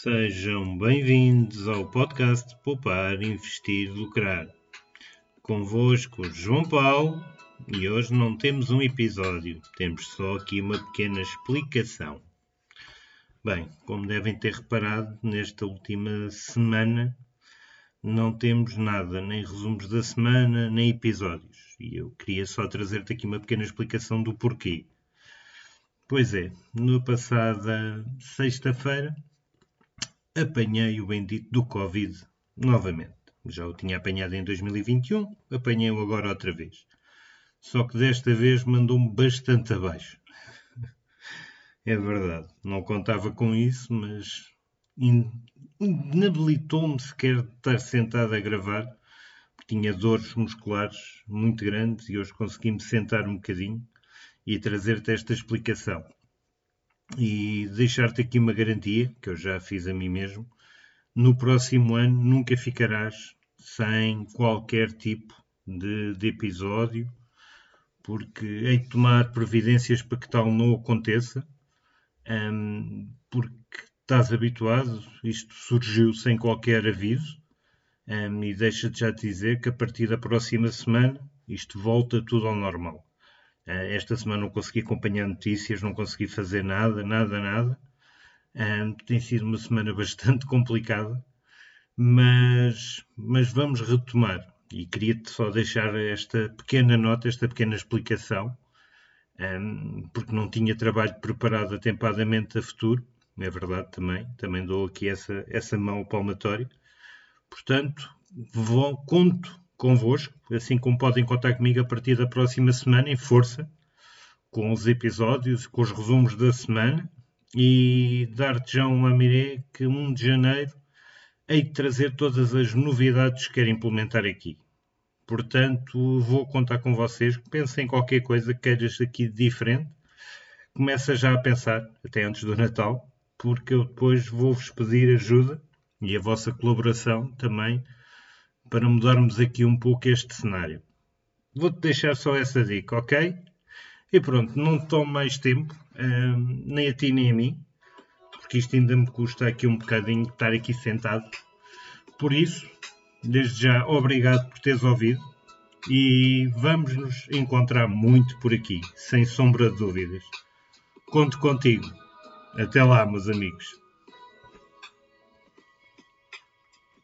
Sejam bem-vindos ao podcast Poupar, Investir, Lucrar. Convosco, João Paulo, e hoje não temos um episódio, temos só aqui uma pequena explicação. Bem, como devem ter reparado, nesta última semana não temos nada, nem resumos da semana, nem episódios. E eu queria só trazer-te aqui uma pequena explicação do porquê. Pois é, na passada sexta-feira, apanhei o bendito do Covid novamente. Já o tinha apanhado em 2021, apanhei-o agora outra vez. Só que desta vez mandou-me bastante abaixo. É verdade, não contava com isso, mas inabilitou-me sequer de estar sentado a gravar, porque tinha dores musculares muito grandes e hoje consegui-me sentar um bocadinho e trazer-te esta explicação. E deixar-te aqui uma garantia, que eu já fiz a mim mesmo: no próximo ano nunca ficarás sem qualquer tipo de episódio, porque hei de tomar providências para que tal não aconteça, porque estás habituado, isto surgiu sem qualquer aviso, e deixa-te já te dizer que a partir da próxima semana isto volta tudo ao normal. Esta semana não consegui acompanhar notícias, não consegui fazer nada. Tem sido uma semana bastante complicada, mas vamos retomar. E queria-te só deixar esta pequena nota, esta pequena explicação, porque não tinha trabalho preparado atempadamente a futuro. É verdade, também dou aqui essa mão palmatória. Portanto, conto convosco, assim como podem contar comigo a partir da próxima semana, em força, com os episódios, com os resumos da semana, e dar-te já uma miré que 1 de janeiro hei de trazer todas as novidades que quero implementar aqui. Portanto, vou contar com vocês. Pensem em qualquer coisa que queiras aqui de diferente. Começa já a pensar, até antes do Natal, porque eu depois vou-vos pedir ajuda e a vossa colaboração também para mudarmos aqui um pouco este cenário. Vou-te deixar só essa dica, ok? E pronto, não tomo mais tempo, nem a ti nem a mim, porque isto ainda me custa aqui um bocadinho estar aqui sentado. Por isso, desde já, obrigado por teres ouvido e vamos nos encontrar muito por aqui, sem sombra de dúvidas. Conto contigo. Até lá, meus amigos.